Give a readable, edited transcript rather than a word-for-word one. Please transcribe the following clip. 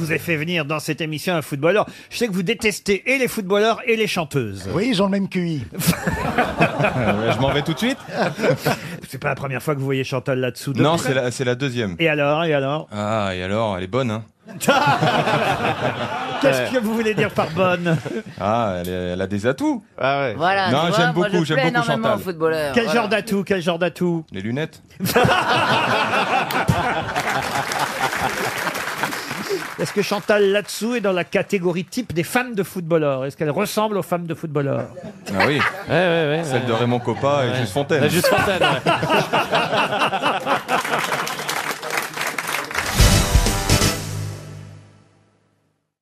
vous ai fait venir dans cette émission un footballeur. Je sais que vous détestez et les footballeurs et les chanteuses. Oui, ils ont le même QI. Je m'en vais tout de suite. C'est pas la première fois que vous voyez Chantal là-dessous. Non, c'est la deuxième. Et alors, et alors? Ah, et alors, elle est bonne, hein. Qu'est-ce que vous voulez dire par bonne? Ah, elle a des atouts. Voilà. Non, tu vois, j'aime moi, beaucoup je plais énormément Chantal. aux footballeurs. Quel voilà. genre d'atout? Quel genre d'atout? Les lunettes. Est-ce que Chantal là-dessous est dans la catégorie type des femmes de footballeurs? Est-ce qu'elle ressemble aux femmes de footballeurs? Ah oui. Celle de Raymond Coppa et Juste Fontaine. Juste Fontaine, ouais.